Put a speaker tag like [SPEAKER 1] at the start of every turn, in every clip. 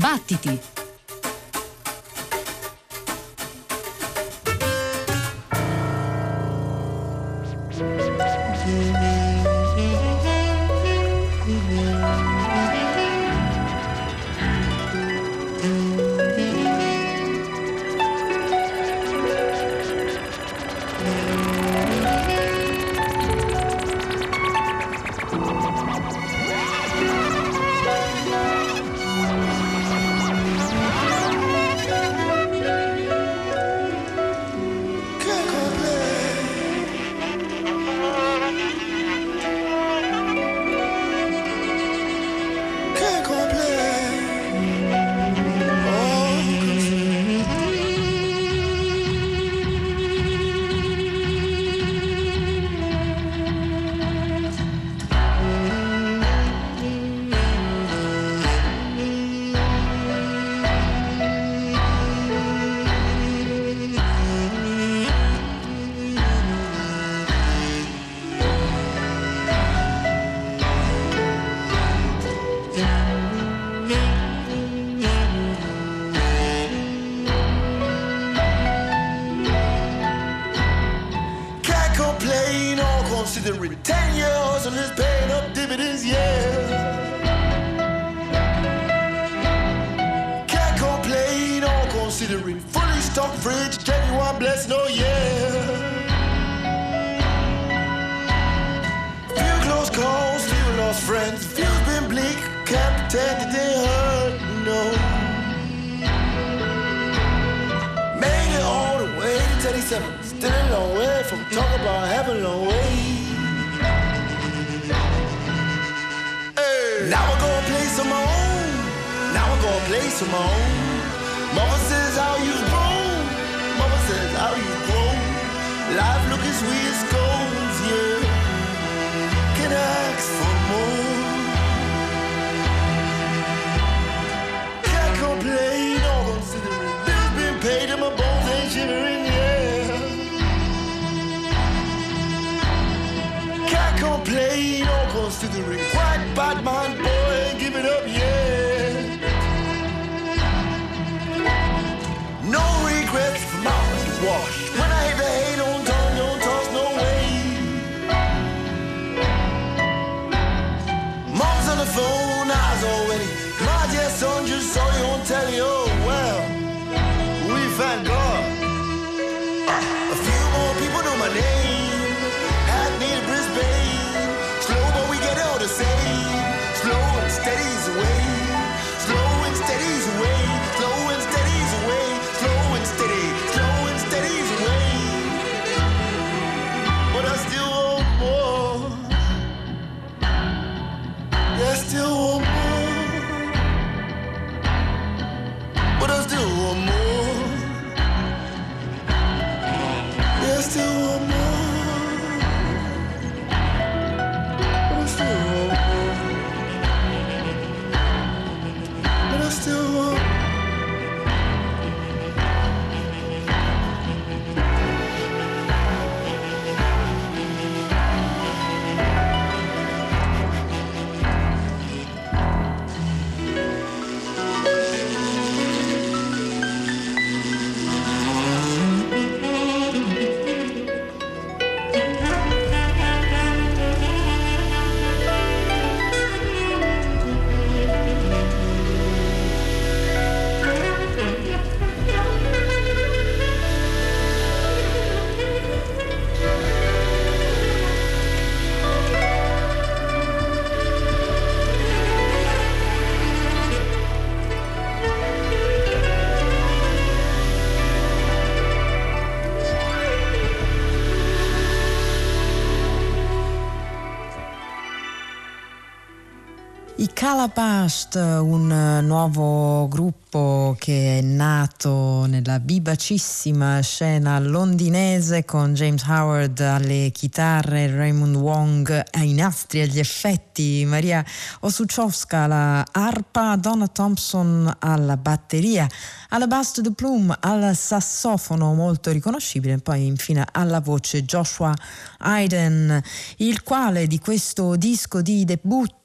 [SPEAKER 1] Battiti!
[SPEAKER 2] Considering 10 years and it's paying up dividends, yeah. Can't complain or considering fully stocked fridge, genuine blessing, oh yeah. Few close calls, few lost friends, few's been bleak, can't pretend it didn't hurt, no. Made it all the way to 37, still a long way from talking about heaven, long way. Now I'm gonna play some my own. Now I'm gonna play some my own. Mama says how you grown. Mama says how you grown. Life looking sweet as gold, yeah. Can I ask for more? Can't complain or considering bills been paid and my bones ain't shivering, yeah. Can't complain or considering quite bad man, boy, give it up, yeah. No regrets for mouth to wash. When I hit the hay, don't turn, don't toss, no way. Mom's on the phone, eyes already. My dear son just saw you on telly, oh well. We thank God. A few more people know my name. Had needed Brisbane. Slow, but we get it all the same. Slow and steady's away. Slow and steady's away. Slow and steady's away. Slow and steady. Slow and steady's away. But I still want more. Yeah, I still want more. But I still want more. Yeah, I still want more. Still want
[SPEAKER 3] I Calabashed, un nuovo gruppo che è nato nella vivacissima scena londinese con James Howard alle chitarre, Raymond Wong ai nastri, agli effetti, Maria Osuchowska alla arpa, Donna Thompson alla batteria, Alabaster de Plume al sassofono molto riconoscibile, poi infine alla voce Joshua Hayden, il quale di questo disco di debutto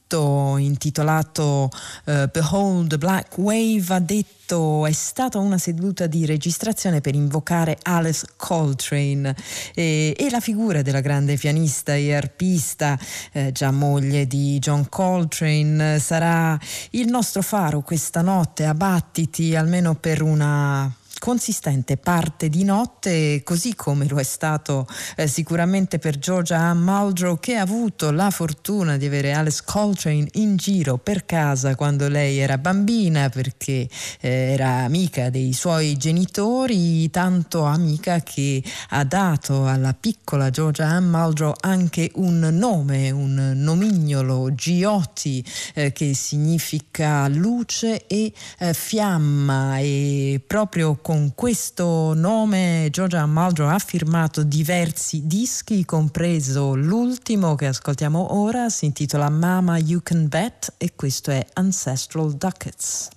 [SPEAKER 3] intitolato Behold the Black Wave, ha detto: è stata una seduta di registrazione per invocare Alice Coltrane, e la figura della grande pianista e arpista, già moglie di John Coltrane, sarà il nostro faro questa notte a Battiti, almeno per una consistente parte di notte, così come lo è stato sicuramente per Georgia Ann Muldrow, che ha avuto la fortuna di avere Alice Coltrane in giro per casa quando lei era bambina, perché era amica dei suoi genitori, tanto amica che ha dato alla piccola Georgia Ann Muldrow anche un nome, un nomignolo, Giotti, che significa luce e fiamma, e proprio con questo nome Georgia Ann Muldrow ha firmato diversi dischi, compreso l'ultimo che ascoltiamo ora, si intitola Mama You Can Bet, e questo è Ancestral Ducats.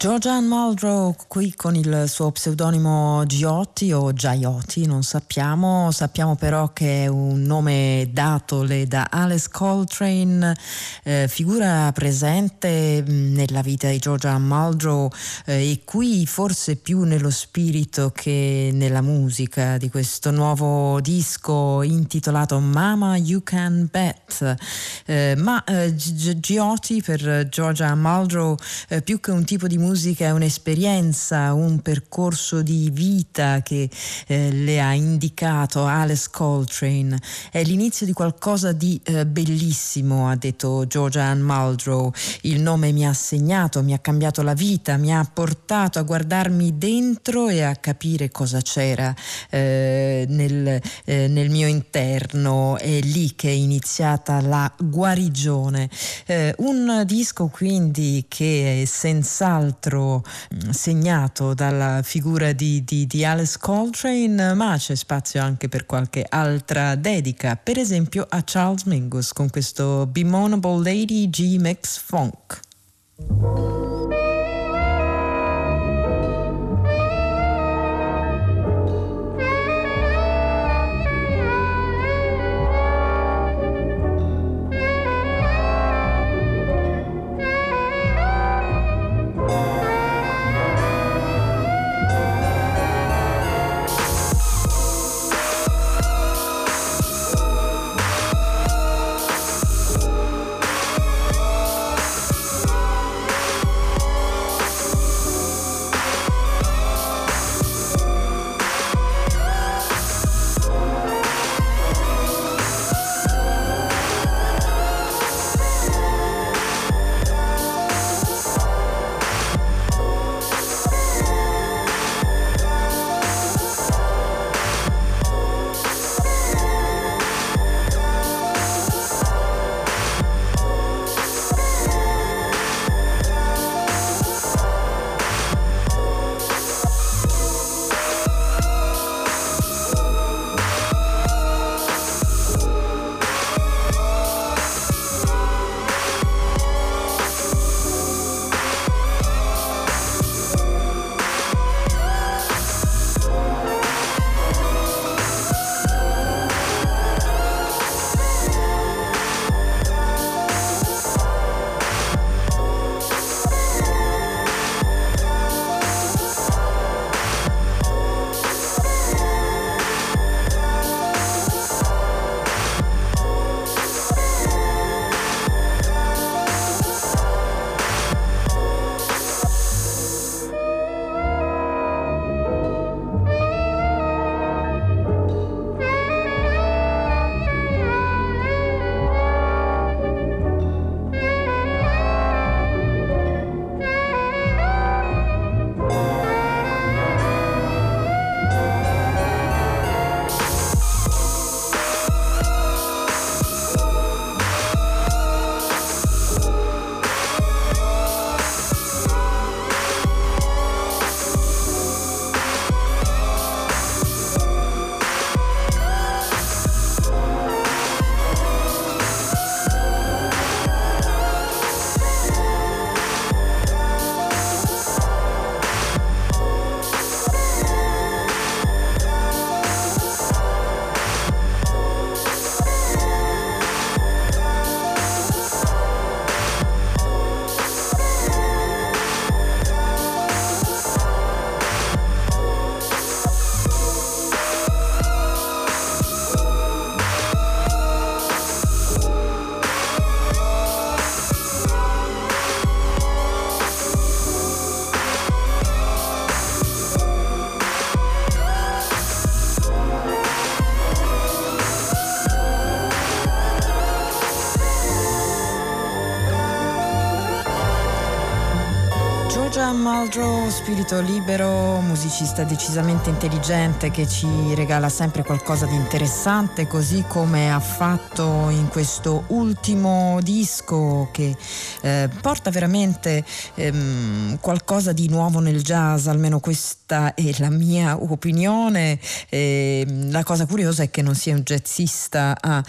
[SPEAKER 3] Georgianne Muldrow qui con il suo pseudonimo Giotti o Giaiotti, non sappiamo però che è un nome datole da Alice Coltrane, figura presente nella vita di Georgianne Muldrow e qui forse più nello spirito che nella musica di questo nuovo disco intitolato Mama You Can Bet. Ma Giotti per Georgianne Muldrow più che un tipo di musica è un'esperienza, un percorso di vita che le ha indicato Alice Coltrane. È l'inizio di qualcosa di bellissimo, ha detto Georgianne Muldrow. Il nome mi ha segnato, mi ha cambiato la vita, mi ha portato a guardarmi dentro e a capire cosa c'era nel mio interno. È lì che è iniziata la guarigione. Un disco quindi che è senz'altro segnato dalla figura di Alice Coltrane, ma c'è spazio anche per qualche altra dedica, per esempio a Charles Mingus con questo Bemoanable Lady G-Mix Funk. Georgianne Muldrow, spirito libero, musicista decisamente intelligente che ci regala sempre qualcosa di interessante, così come ha fatto in questo ultimo disco che porta veramente qualcosa di nuovo nel jazz, almeno questa è la mia opinione. La cosa curiosa è che non sia un jazzista a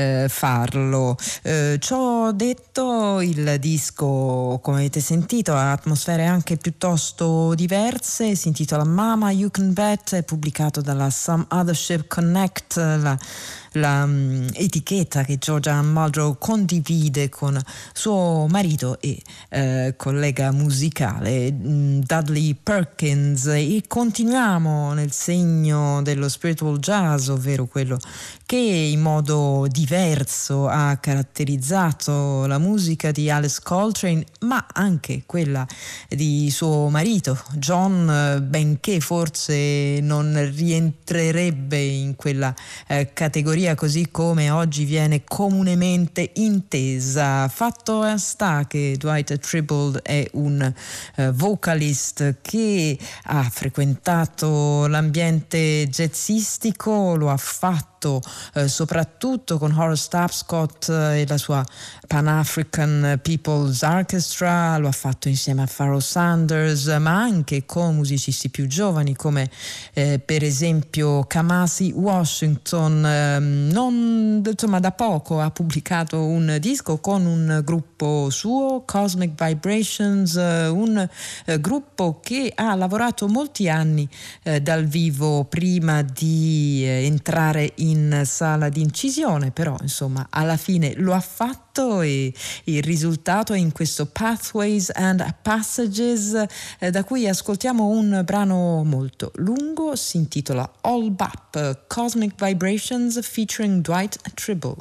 [SPEAKER 3] farlo. Ciò detto, il disco, come avete sentito, ha atmosfere anche anche piuttosto diverse, si intitola Mama You Can Bet, è pubblicato dalla Some Other Ship Connect, la etichetta che Georgia Muldrow condivide con suo marito e collega musicale Dudley Perkins. E continuiamo nel segno dello spiritual jazz, ovvero quello che in modo diverso ha caratterizzato la musica di Alice Coltrane, ma anche quella di suo marito John, benché forse non rientrerebbe in quella categoria così come oggi viene comunemente intesa. Fatto sta che Dwight Tribble è un vocalist che ha frequentato l'ambiente jazzistico, lo ha fatto soprattutto con Horace Tapscott e la sua Pan African People's Orchestra, lo ha fatto insieme a Pharoah Sanders, ma anche con musicisti più giovani come per esempio Kamasi Washington. Insomma, da poco ha pubblicato un disco con un gruppo suo, Cosmic Vibrations, un gruppo che ha lavorato molti anni dal vivo prima di entrare in sala di incisione, però insomma alla fine lo ha fatto e il risultato è in questo Pathways and Passages, da cui ascoltiamo un brano molto lungo, si intitola All Bap, Cosmic Vibrations featuring Dwight Tribble.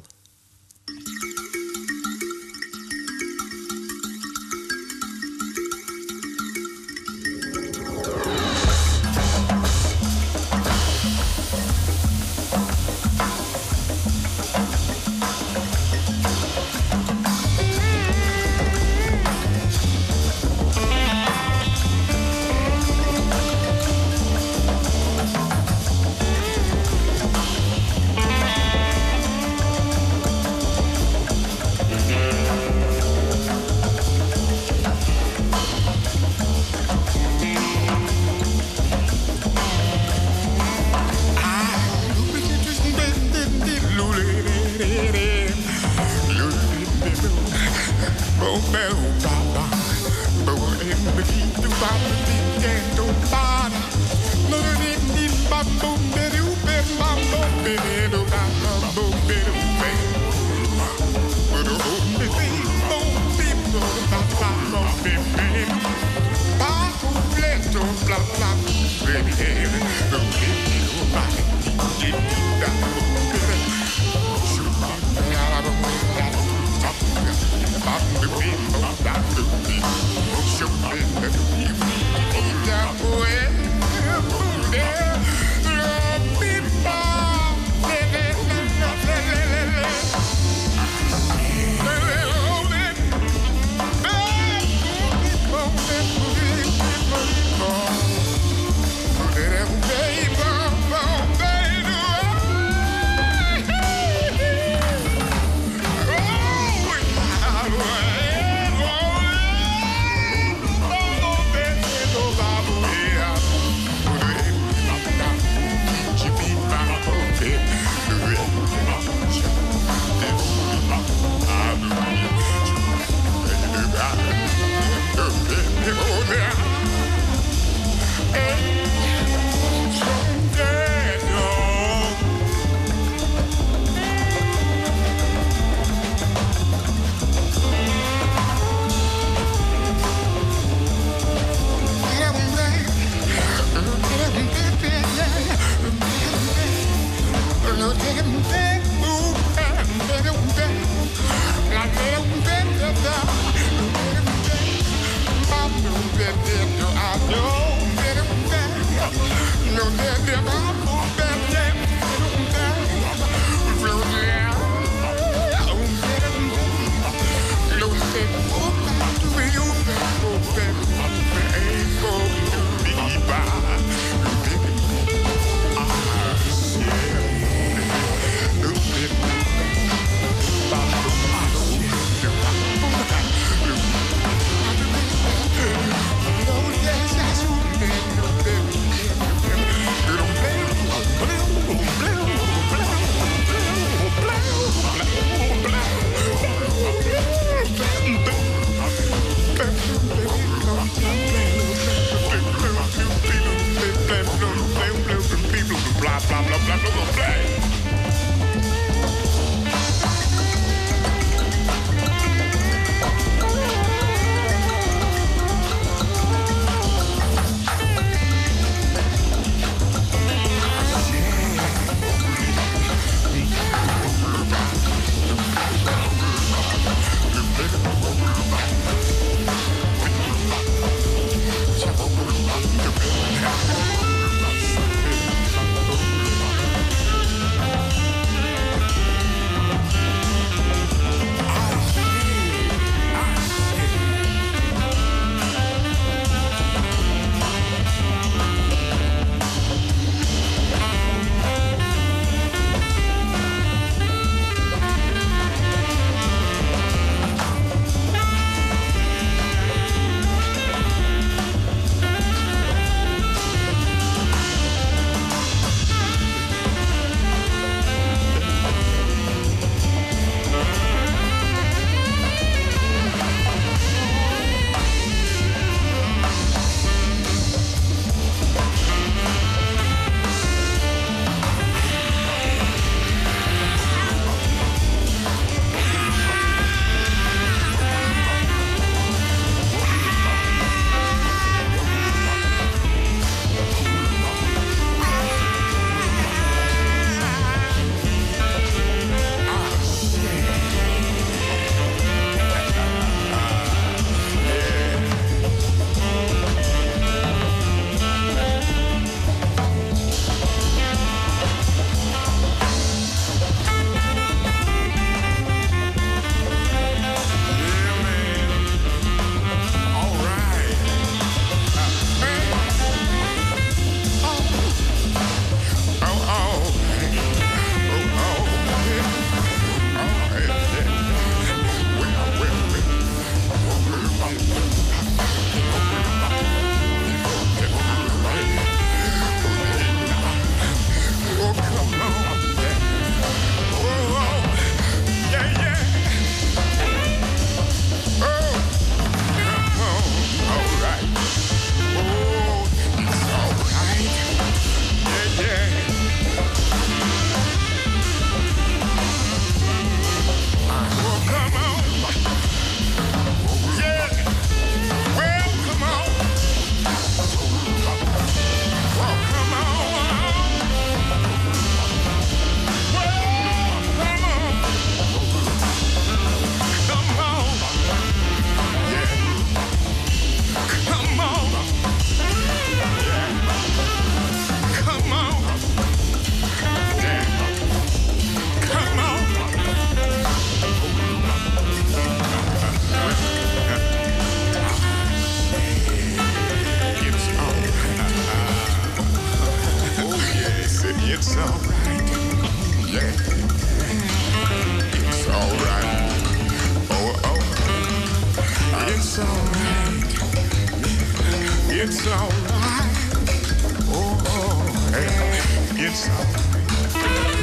[SPEAKER 1] it's alright.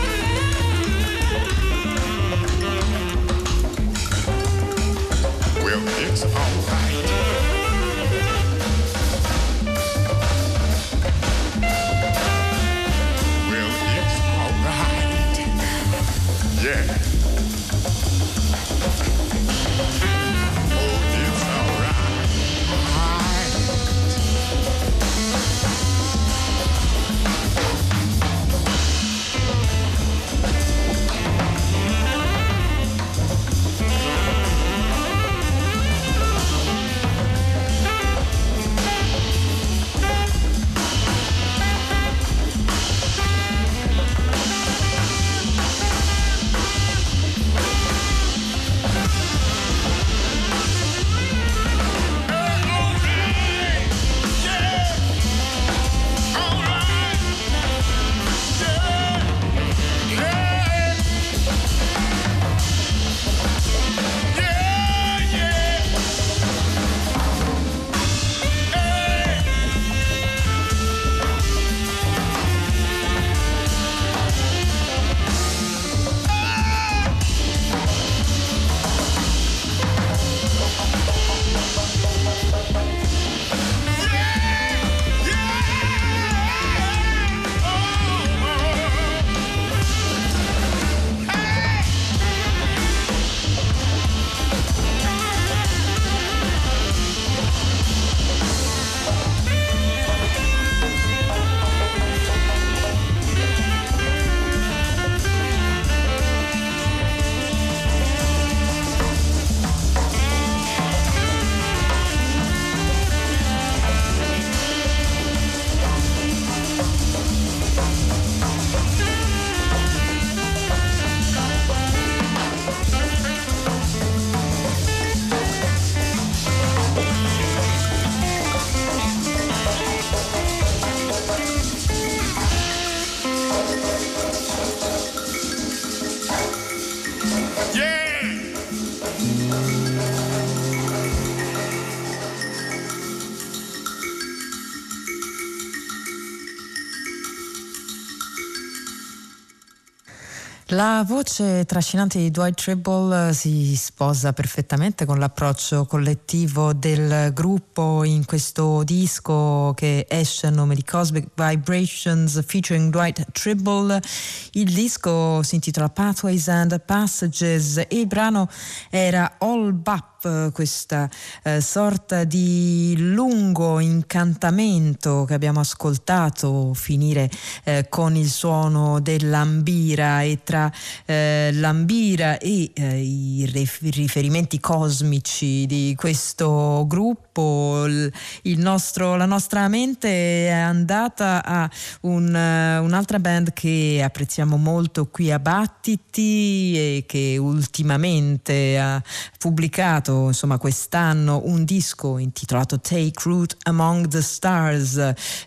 [SPEAKER 1] Well, it's alright. Well, it's alright. Yeah. Oh, it's alright.
[SPEAKER 3] La voce trascinante di Dwight Tribble si sposa perfettamente con l'approccio collettivo del gruppo in questo disco che esce a nome di Cosmic Vibrations featuring Dwight Tribble. Il disco si intitola Pathways and Passages e il brano era All Bap, questa sorta di lungo incantamento che abbiamo ascoltato finire con il suono dell'ambira, e tra l'ambira e i riferimenti cosmici di questo gruppo la nostra mente è andata a un'altra band che apprezziamo molto qui a Battiti e che ultimamente ha pubblicato quest'anno un disco intitolato Take Root Among the Stars,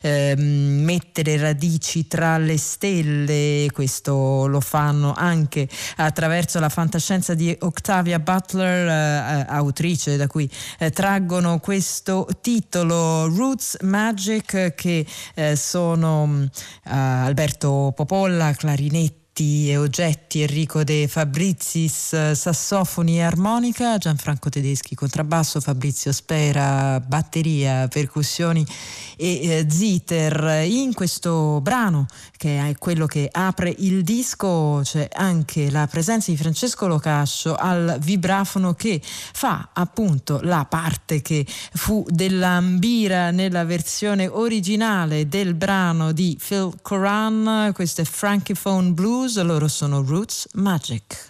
[SPEAKER 3] mettere radici tra le stelle. Questo lo fanno anche attraverso la fantascienza di Octavia Butler, autrice da cui traggono questo titolo. Roots Magic, che sono Alberto Popolla clarinetti e oggetti, Enrico De Fabrizis sassofoni e armonica, Gianfranco Tedeschi contrabbasso, Fabrizio Spera batteria, percussioni e zither. In questo brano, che è quello che apre il disco, c'è anche la presenza di Francesco Locascio al vibrafono, che fa appunto la parte che fu dell'ambira nella versione originale del brano di Phil Coran. Questo è Francophone Blues. Loro sono Roots Magic.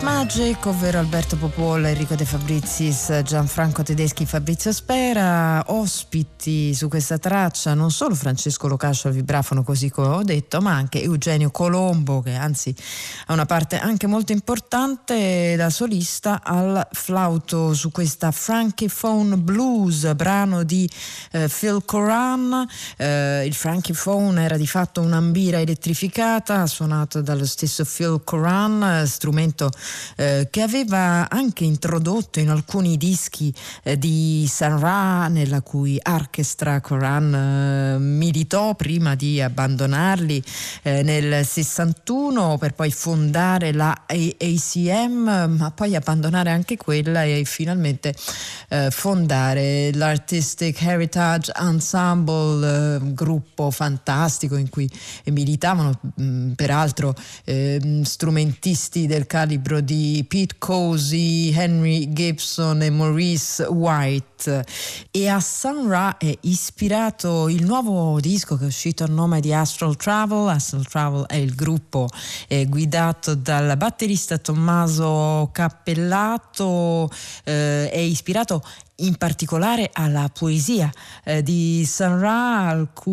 [SPEAKER 3] Magic, ovvero Alberto Popola, Enrico De Fabrizis, Gianfranco Tedeschi, Fabrizio Spera. Ospiti su questa traccia non solo Francesco Locascio al vibrafono, così come ho detto, ma anche Eugenio Colombo, che anzi ha una parte anche molto importante da solista al flauto su questa Francophone Blues, brano di Phil Coran. Il Francophone era di fatto un'ambira elettrificata suonato dallo stesso Phil Coran, strumento che aveva anche introdotto in alcuni dischi di Sun Ra, nella cui orchestra Coran militò prima di abbandonarli nel 61 per poi fondare la ACM, ma poi abbandonare anche quella e finalmente fondare l'Artistic Heritage Ensemble, gruppo fantastico in cui militavano peraltro strumentisti del calibro di Pete Cozy, Henry Gibson e Maurice White. E a Sun Ra è ispirato il nuovo disco che è uscito a nome di Astral Travel. Astral Travel è il gruppo guidato dal batterista Tommaso Cappellato, è ispirato in particolare alla poesia di Sun Ra,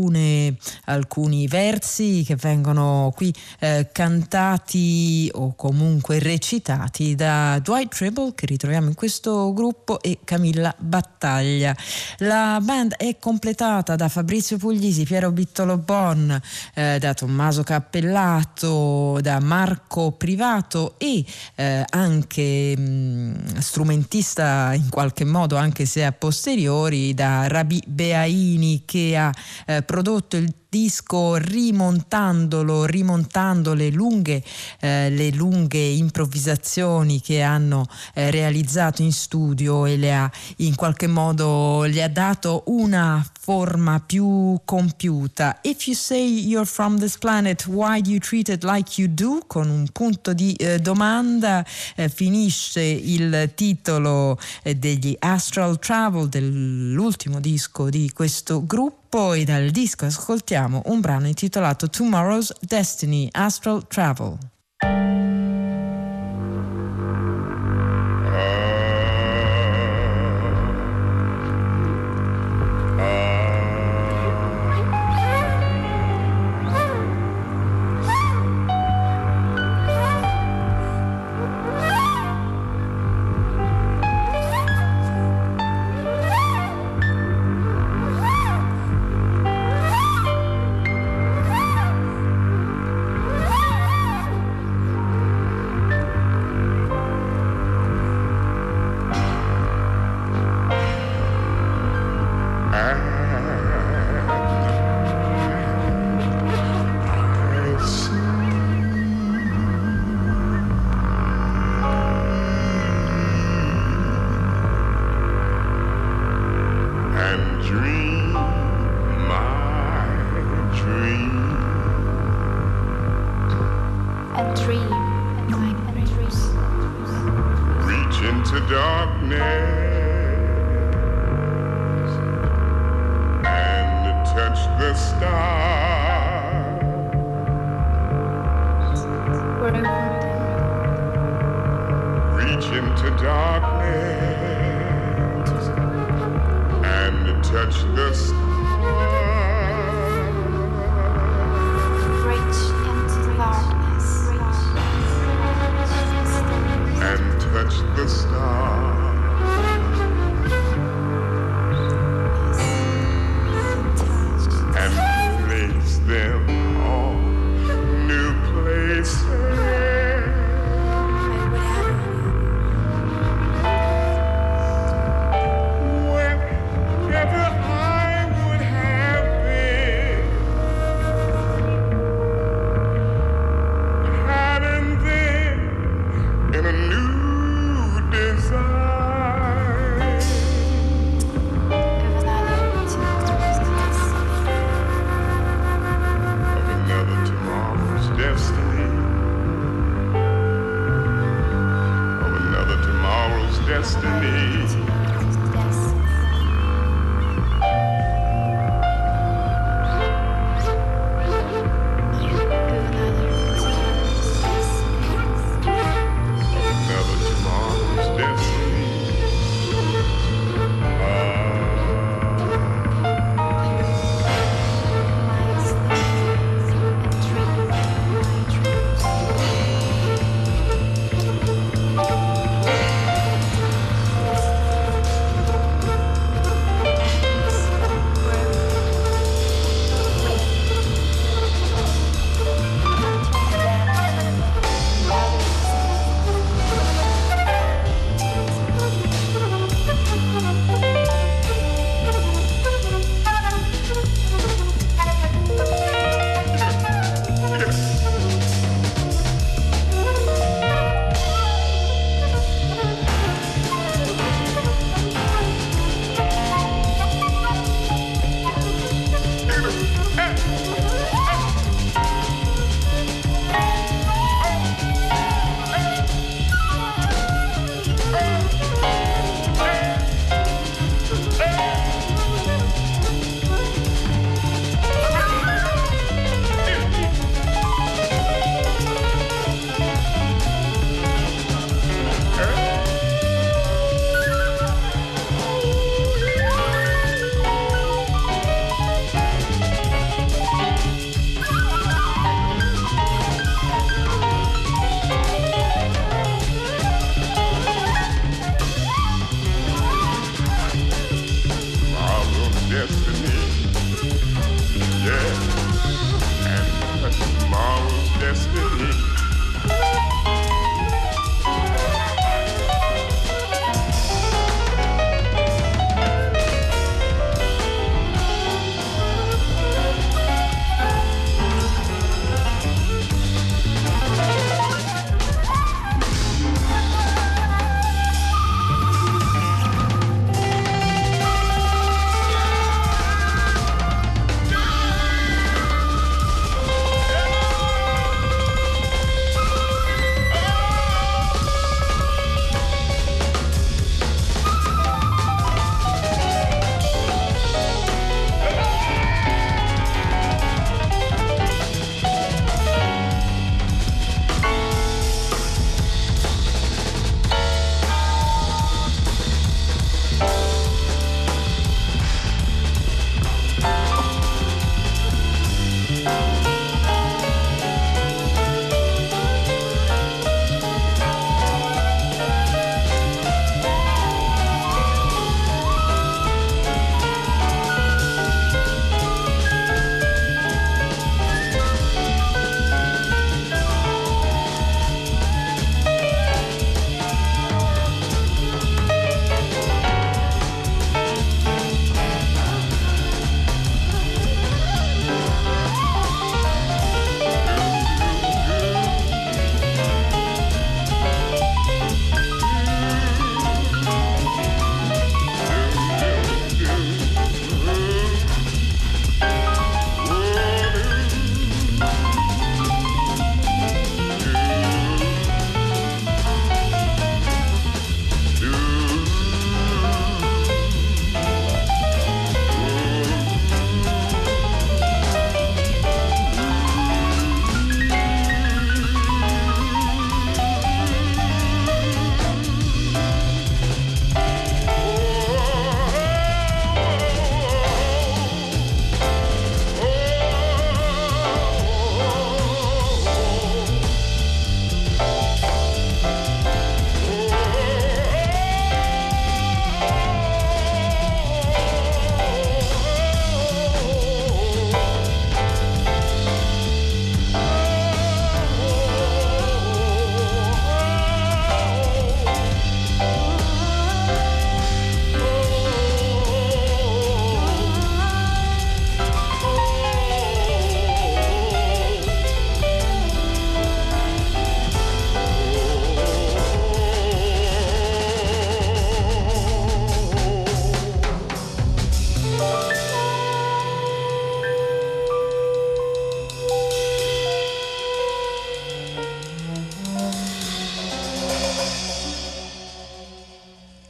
[SPEAKER 3] alcuni versi che vengono qui cantati o comunque recitati da Dwight Tribble, che ritroviamo in questo gruppo, e Camilla Battaglia. La band è completata da Fabrizio Puglisi, Piero Bittolo Bon, da Tommaso Cappellato, da Marco Privato e anche strumentista in qualche modo, anche se a posteriori, da Rabi Beaini, che ha prodotto il disco rimontando le lunghe improvvisazioni che hanno realizzato in studio e gli ha dato una forma più compiuta. If you say you're from this planet, why do you treat it like you do? Con un punto di domanda finisce il titolo degli Astral Travel, dell'ultimo disco di questo gruppo. Poi dal disco ascoltiamo un brano intitolato Tomorrow's Destiny, Astral Travel.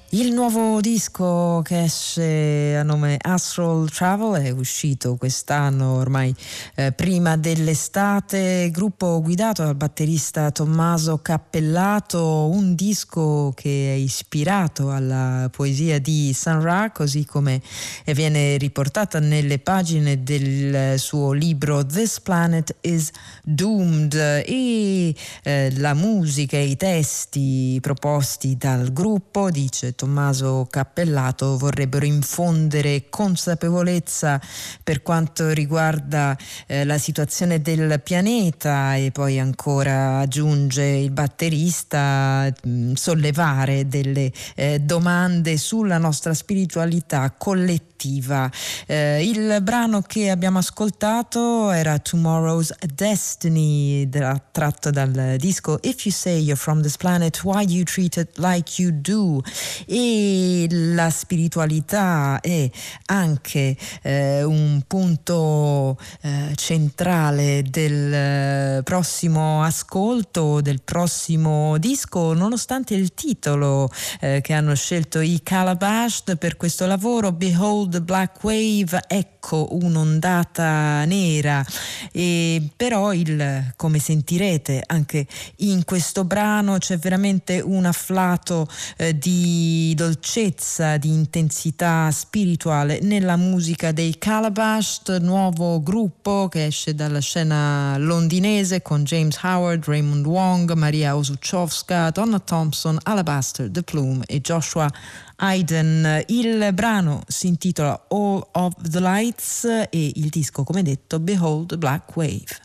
[SPEAKER 3] Il nuovo disco che esce a nome Astral Travel è uscito quest'anno, ormai prima dell'estate, gruppo guidato dal batterista Tommaso Cappellato, un disco che è ispirato alla poesia di Sun Ra, così come viene riportata nelle pagine del suo libro This Planet is Doomed, e la musica e i testi proposti dal gruppo, dice Tommaso Cappellato, vorrebbero infondere consapevolezza per quanto riguarda la situazione del pianeta, e poi ancora, aggiunge il batterista, sollevare delle domande sulla nostra spiritualità collettiva. Il brano che abbiamo ascoltato era Tomorrow's Destiny, tratto dal disco If You Say You're From This Planet, Why You Treat It Like You Do. E la spiritualità è anche un punto centrale del prossimo ascolto, del prossimo disco, nonostante il titolo che hanno scelto i Calabash per questo lavoro, Behold the Black Wave, ecco un'ondata nera. E però come sentirete anche in questo brano c'è veramente un afflato di dolcezza, di intensità spirituale nella musica dei Calabash, nuovo gruppo che esce dalla scena londinese con James Howard, Raymond Wong, Maria Osuchowska, Donna Thompson, Alabaster, The Plume e Joshua Hayden. Il brano si intitola All of the Lights e il disco, come detto, Behold the Black Wave.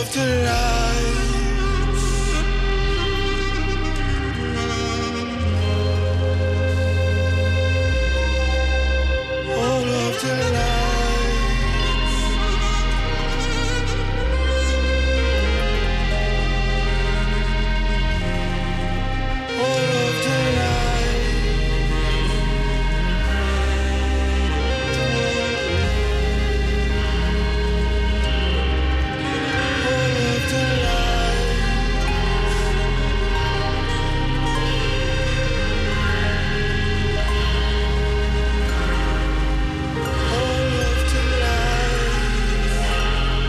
[SPEAKER 2] love to life. Oh, love to life. Oh, love to life. Oh, love to life. Oh, love to life.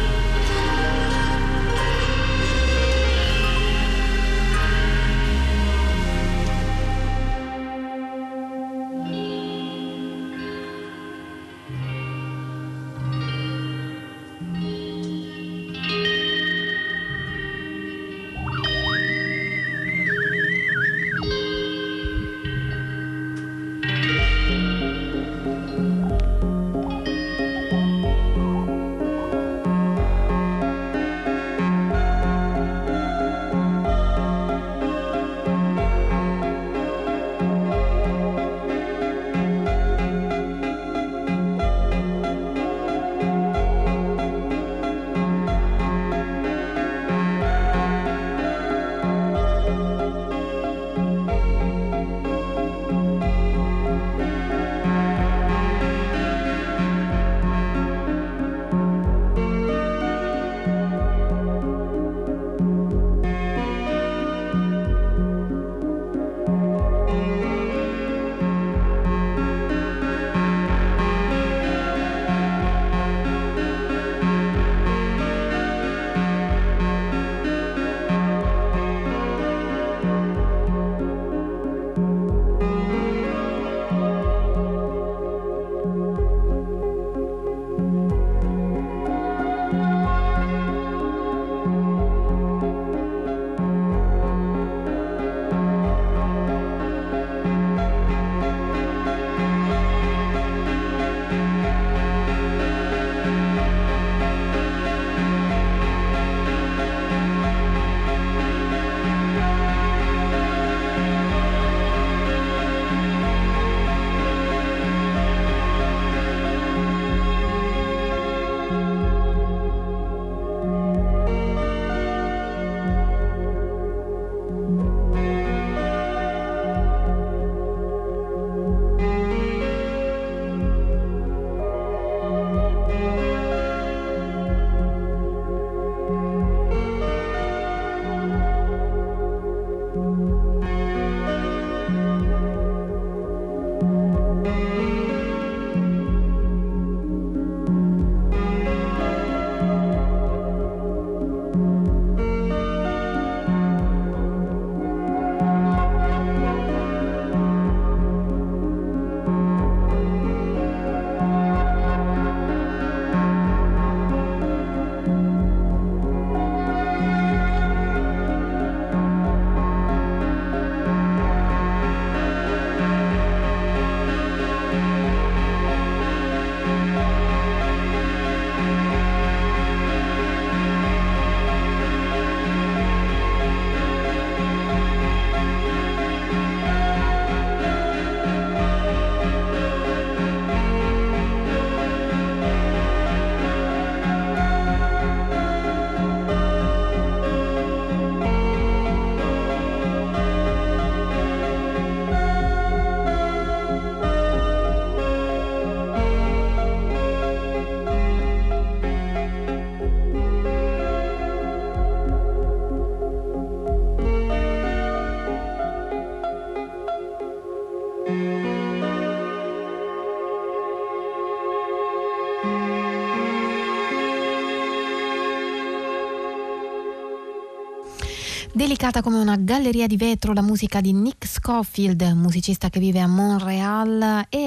[SPEAKER 4] Delicata come una galleria di vetro la musica di Nick Scofield, musicista che vive a Montreal e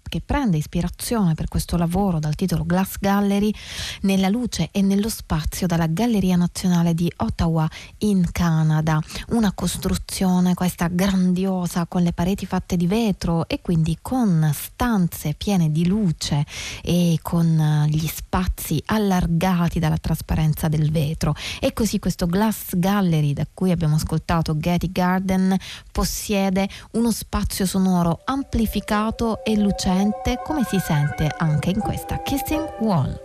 [SPEAKER 4] che prende ispirazione per questo lavoro dal titolo Glass Gallery, nella luce e nello spazio, dalla Galleria Nazionale di Ottawa in Canada. Una costruzione questa grandiosa, con le pareti fatte di vetro e quindi con stanze piene di luce e con gli spazi allargati dalla trasparenza del vetro. E così questo Glass Gallery, da cui abbiamo ascoltato Getty Garden, possiede uno spazio sonoro amplificato e lucente, come si sente anche in questa Kissing Wall.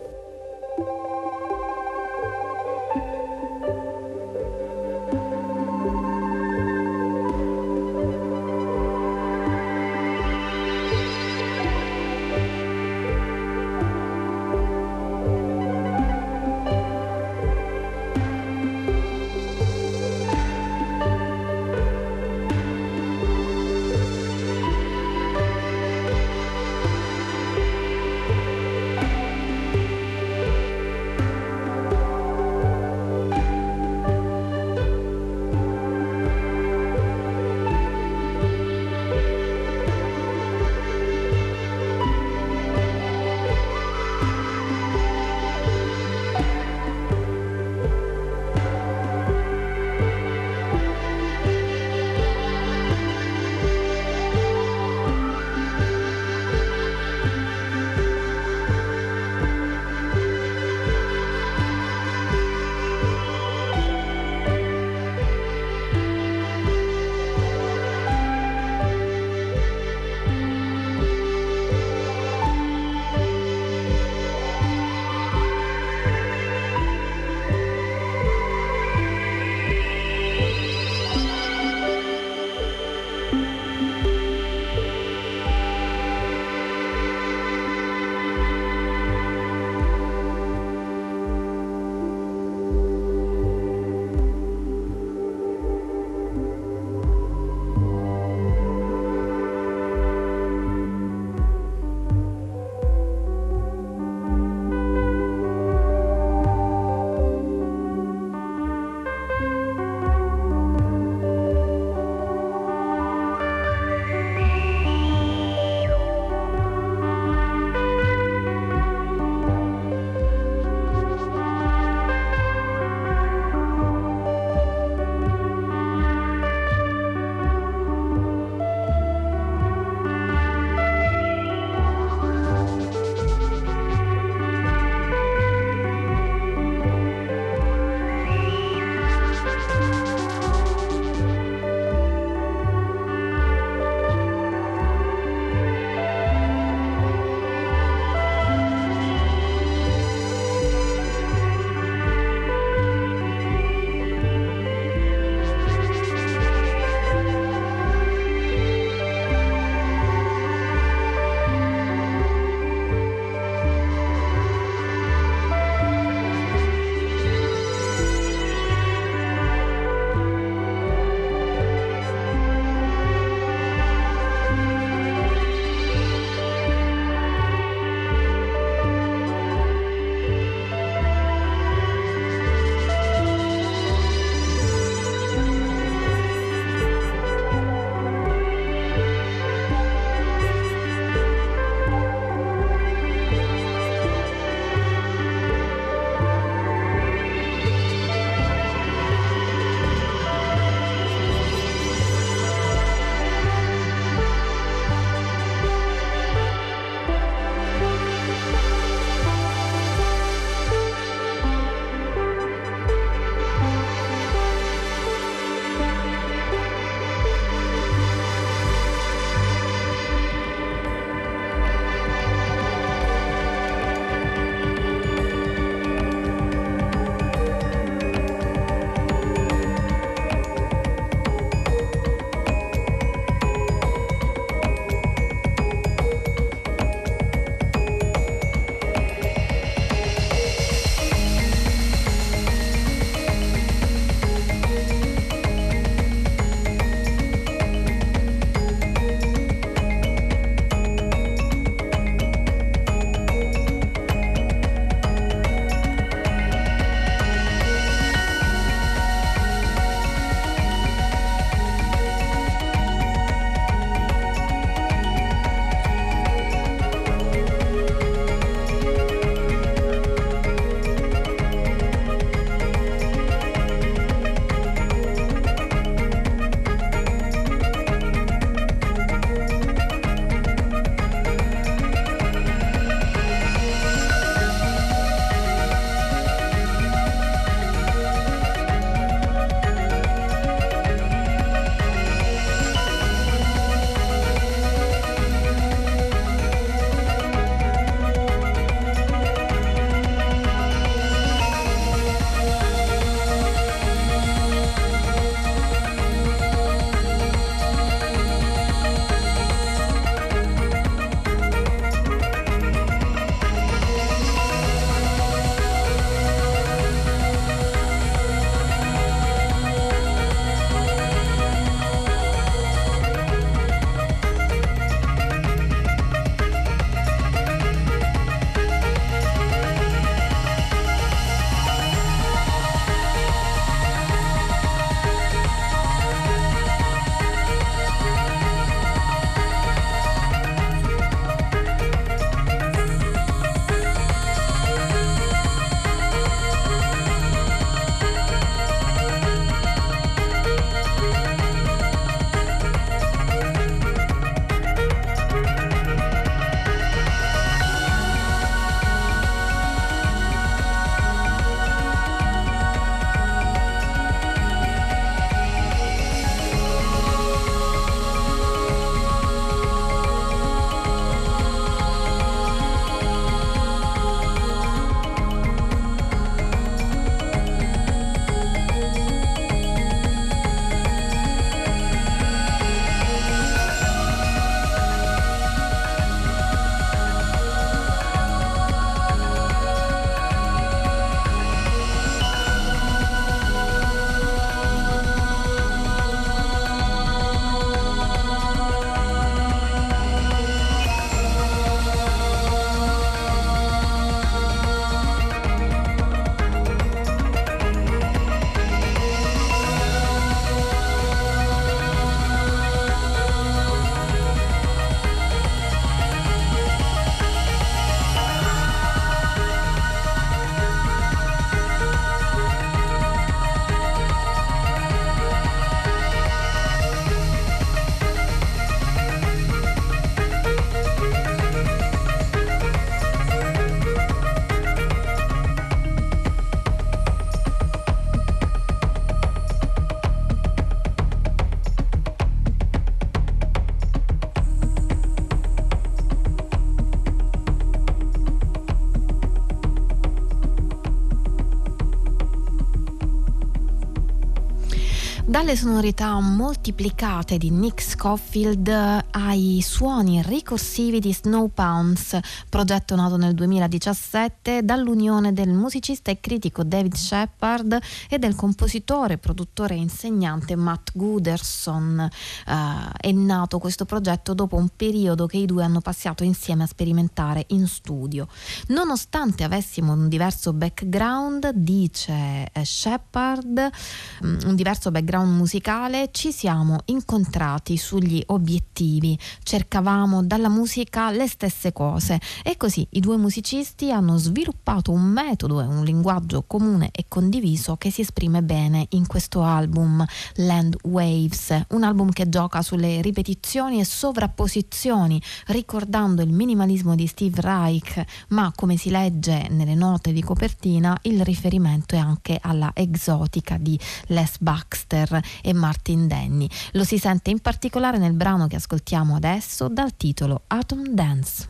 [SPEAKER 4] Dalle sonorità moltiplicate di Nick Scofield ai suoni ricorsivi di Snowpounds, progetto nato nel 2017 dall'unione del musicista e critico David Shepard e del compositore, produttore e insegnante Matt Gooderson. È nato questo progetto dopo un periodo che i due hanno passato insieme a sperimentare in studio. Nonostante avessimo un diverso background, dice Shepard, un diverso background musicale, ci siamo incontrati sugli obiettivi, cercavamo dalla musica le stesse cose e così i due musicisti hanno sviluppato un metodo e un linguaggio comune e condiviso che si esprime bene in questo album Land Waves, un album che gioca sulle ripetizioni e sovrapposizioni, ricordando il minimalismo di Steve Reich, ma come si legge nelle note di copertina il riferimento è anche alla esotica di Les Baxter e Martin Denny. Lo si sente in particolare nel brano che ascoltiamo adesso dal titolo Atom Dance.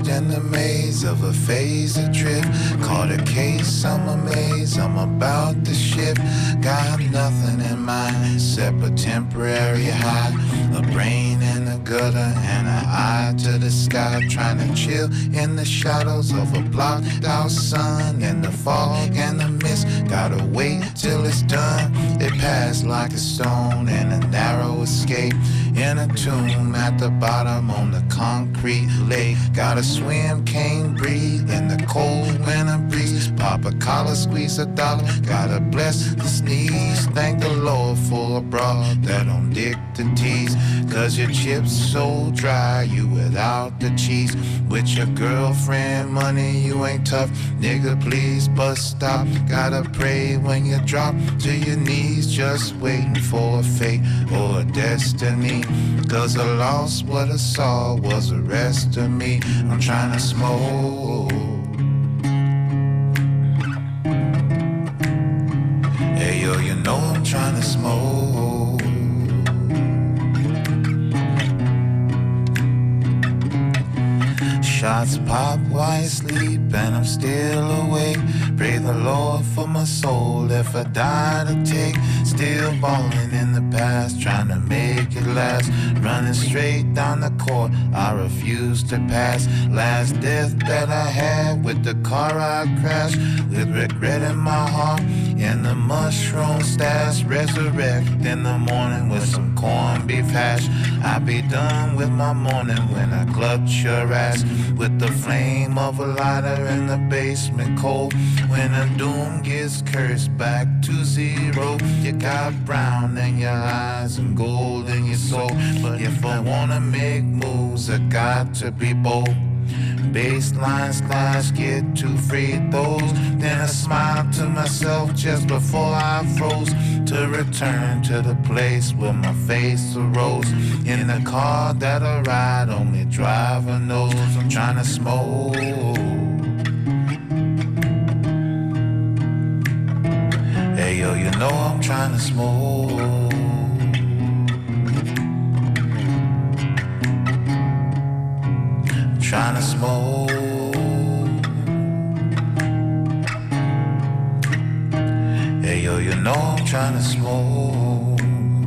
[SPEAKER 5] lost in the maze of a phase adrift. Caught a case, I'm amazed, I'm about to shift. Got nothing in mind except a temporary high. A brain in the gutter and an eye to the sky. Trying to chill in the shadows of a blocked out sun. And the fog and the mist, gotta wait till it's done. It passed like a stone in a narrow escape. In a tomb at the bottom on the concrete lake. Gotta swim, can't breathe in the cold winter breeze. Pop a collar, squeeze a dollar. Gotta bless the sneeze. Thank the Lord for a bra that don't dick the tease. Cause your chips so dry, you without the cheese. With your girlfriend money, you ain't tough. Nigga, please bust stop. Gotta pray when you drop to your knees. Just waiting for a fate or a destiny. Cause I lost what I saw was the rest of me. I'm trying to smoke. Hey yo, you know I'm trying to smoke. Shots pop while you sleep and I'm still awake. Pray the Lord for my soul if I die to take. Still balling in the past, trying to make it last. Running straight down the court, I refuse to pass. Last death that I had with the car I crashed. With regret in my heart and the mushroom stash. Resurrect in the morning with some corned beef hash. I be done with my morning when I clutch your ass. With the flame of a lighter in the basement cold. When a doom gets cursed back to zero. You got brown in your eyes and gold in your soul. But if I wanna make moves, I got to be bold. Baseline slash, get 2 free throws. Then I smiled to myself just before I froze. To return to the place where my face arose. In the car that I ride, only driver knows I'm trying to smoke. Hey yo, you know I'm trying to smoke. Trying to smoke. Hey yo, you know I'm trying to smoke.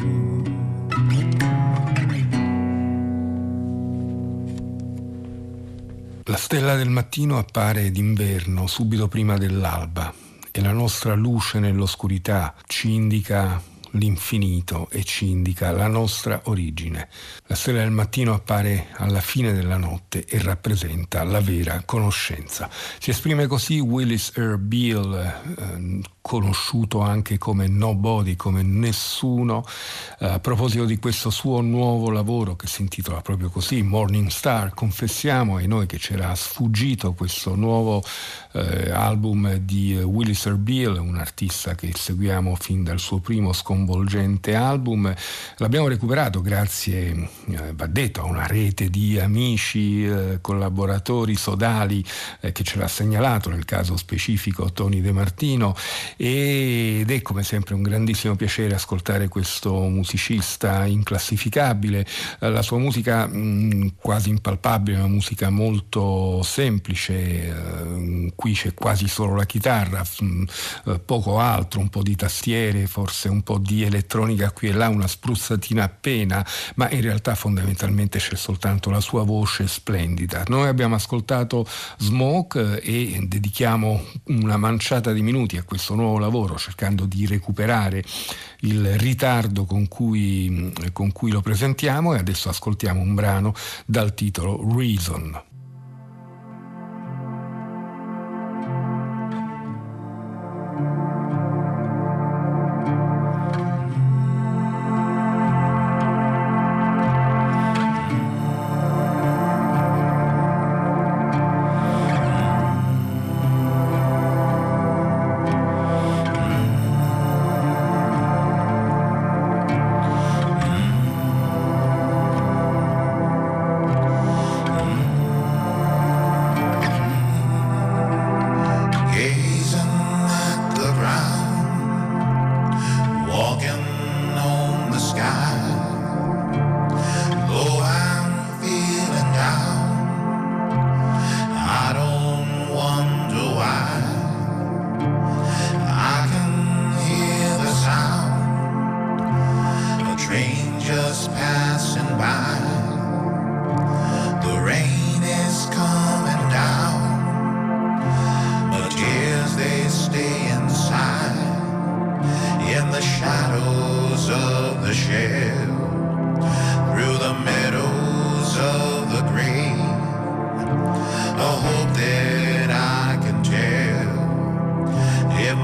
[SPEAKER 6] La stella del mattino appare d'inverno, subito prima dell'alba, e la nostra luce nell'oscurità ci indica l'infinito e ci indica la nostra origine. La stella del mattino appare alla fine della notte e rappresenta la vera conoscenza. Si esprime così Willis Earl Beal, conosciuto anche come Nobody, come nessuno, a proposito di questo suo nuovo lavoro che si intitola proprio così, Morning Star. Confessiamo ai noi che c'era sfuggito questo nuovo album di Willis Earl Beal, un artista che seguiamo fin dal suo primo sconvolgente album. L'abbiamo recuperato grazie, va detto, a una rete di amici, collaboratori sodali che ce l'ha segnalato, nel caso specifico Tony De Martino, ed è come sempre un grandissimo piacere ascoltare questo musicista inclassificabile. La sua musica quasi impalpabile, una musica molto semplice, qui c'è quasi solo la chitarra, poco altro, un po' di tastiere, forse un po' di elettronica qui e là, una spruzzatina appena, ma in realtà fondamentalmente c'è soltanto la sua voce splendida. Noi abbiamo ascoltato Smoke e dedichiamo una manciata di minuti a questo nuovo lavoro, cercando di recuperare il ritardo con cui lo presentiamo, e adesso ascoltiamo un brano dal titolo Reason.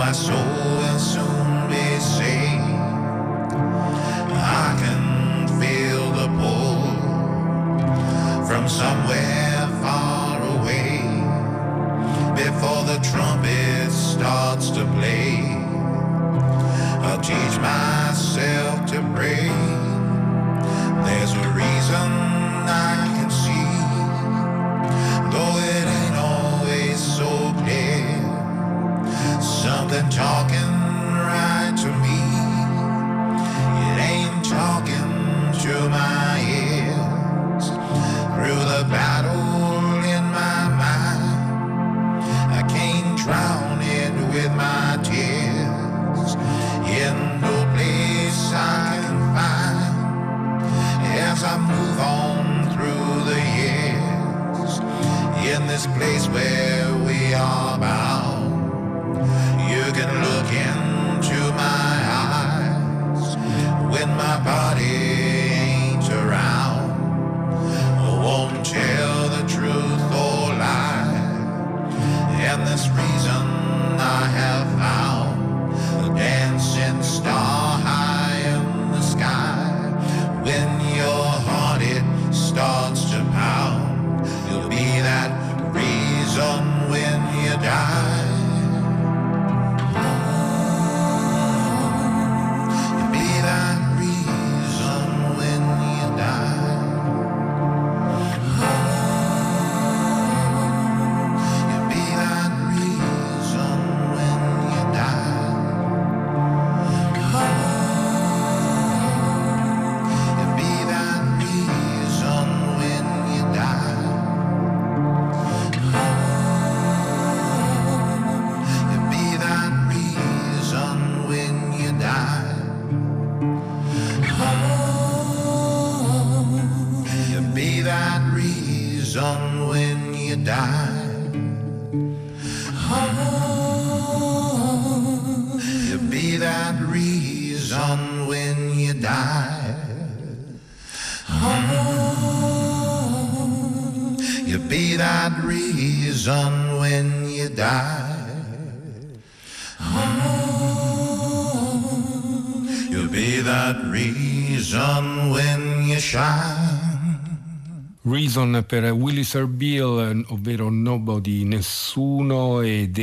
[SPEAKER 5] my soul will soon be saved. I can feel the pull from somewhere far away. Before the trumpet starts to play, I'll teach myself to pray. There's a reason I can see, though it ain't always so clear. Something talking right to me, it ain't talking to my ears. Through the battle in my mind, I can't drown it with my tears. In no place I can find, as I move on through the years, in this place where we are bound, you can look into my eyes when my body ain't around. I won't tell the truth or lie, and this reason I have found, a dancing star high in the sky. When your heart it starts to pound, you'll be that reason when you die. You'll be that reason when you die. You'll be that reason when you die. You'll be that reason when you die. You'll be that reason when you die. You'll be that reason when you die. You'll be that reason when you die. You'll be that reason when you die. You'll be that reason when you shine.
[SPEAKER 6] Reason per Willis Earl Beal, ovvero Nobody, nessuno, ed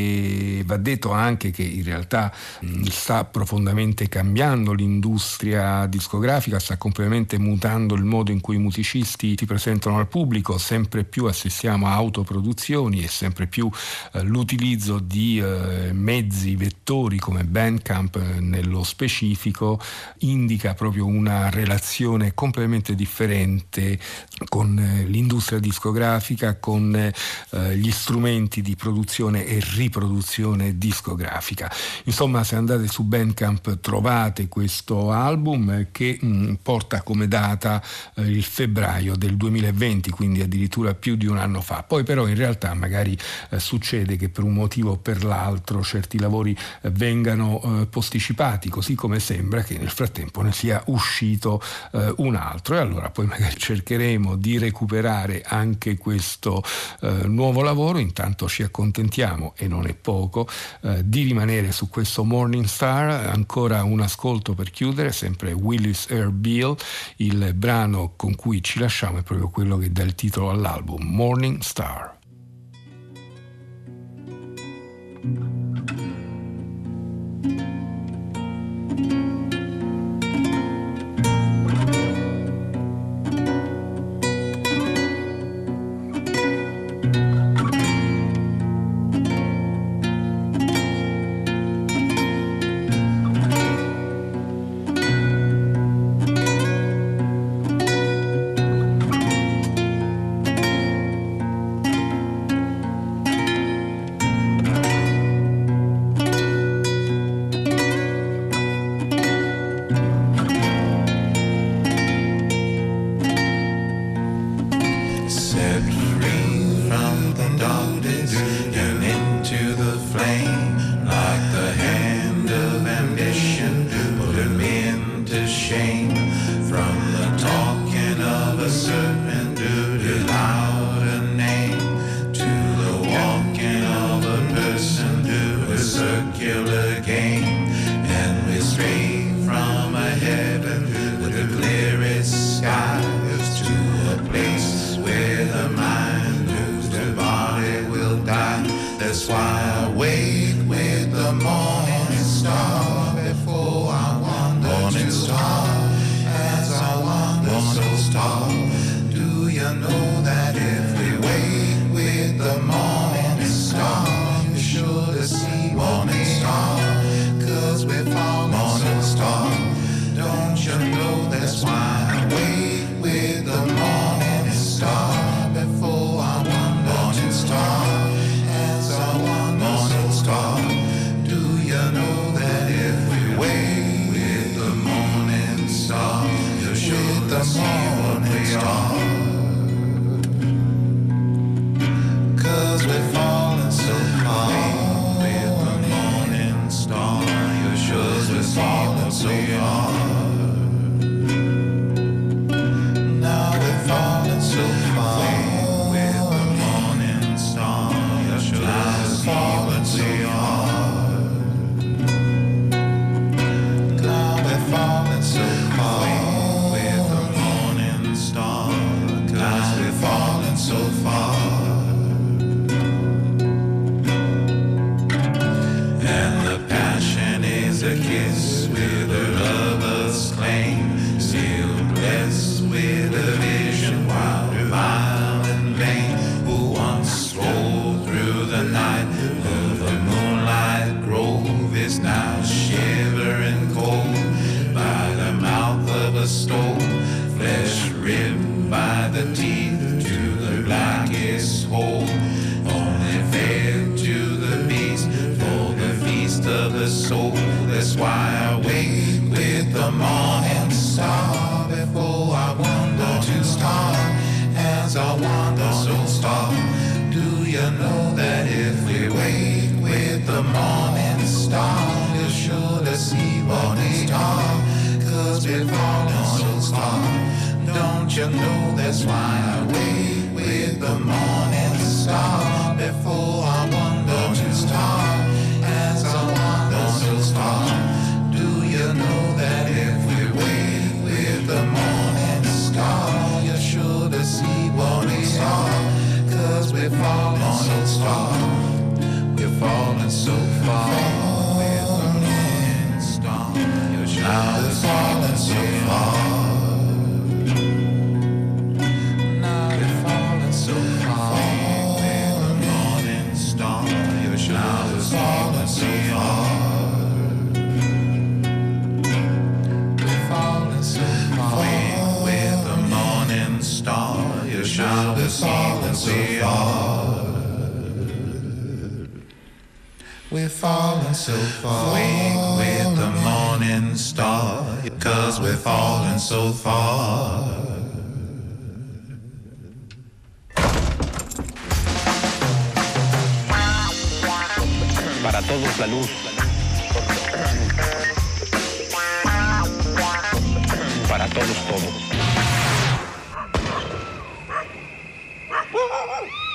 [SPEAKER 6] va detto anche che in realtà sta profondamente cambiando l'industria discografica, sta completamente mutando il modo in cui i musicisti si presentano al pubblico, sempre più assistiamo a autoproduzioni e sempre più l'utilizzo di mezzi vettori come Bandcamp nello specifico indica proprio una relazione completamente differente con l'industria discografica, con gli strumenti di produzione e riproduzione discografica. Insomma, se andate su Bandcamp trovate questo album che porta come data il febbraio del 2020, quindi addirittura più di un anno fa. Poi però in realtà magari succede che per un motivo o per l'altro certi lavori vengano posticipati, così come sembra che nel frattempo ne sia uscito un altro, e allora poi magari cercheremo di recuperare anche questo nuovo lavoro. Intanto ci accontentiamo, e non è poco, di rimanere su questo Morning Star. Ancora un ascolto per chiudere, sempre Willis Earl Beal. Il brano con cui ci lasciamo è proprio quello che dà il titolo all'album, Morning Star.
[SPEAKER 5] Circular that if we wake with the morning star, you're sure to see morning star, 'cause we're falling morning star. Don't you know that's why I wake with the morning star before I wonder morning star, as I wonder morning star. Do you know that if we wake with the morning star, you're sure to see morning star, 'cause we're falling so far with the morning star, you're sure we're falling so far. Now we're falling so far with the morning star, you're sure we're falling so far. Now we're falling so far with the morning star, 'cause we're falling so far. And the passion is a kiss with a lover's claim, still blessed with a vision while vile and vain, who once strolled through the night of a moonlight grove is now shivering cold by the mouth of a stove, flesh ripped by the teeth to the blackest hole, only fed to the beast for the feast of the soul. That's why I wake with the morning star before I wander to star, as I wander so star. Do you know that if we wake with the morning star, you're sure to see morning star, 'cause we're falling so star. Don't you know that's why I wake with the morning star before I wander to star, as I wander so star. Do you know that if we wake with the morning star, you're sure to see morning star, 'cause we're falling so star. We're falling so far with the morning star. You're sure now we're falling so far. Now we're falling so far with the morning star. You're sure now we're falling so far. We're falling so far with the morning star. You're sure we're falling so far. We're falling so far with the morning star, 'cause we're falling so far.
[SPEAKER 7] Para todos la luz. Para todos todo.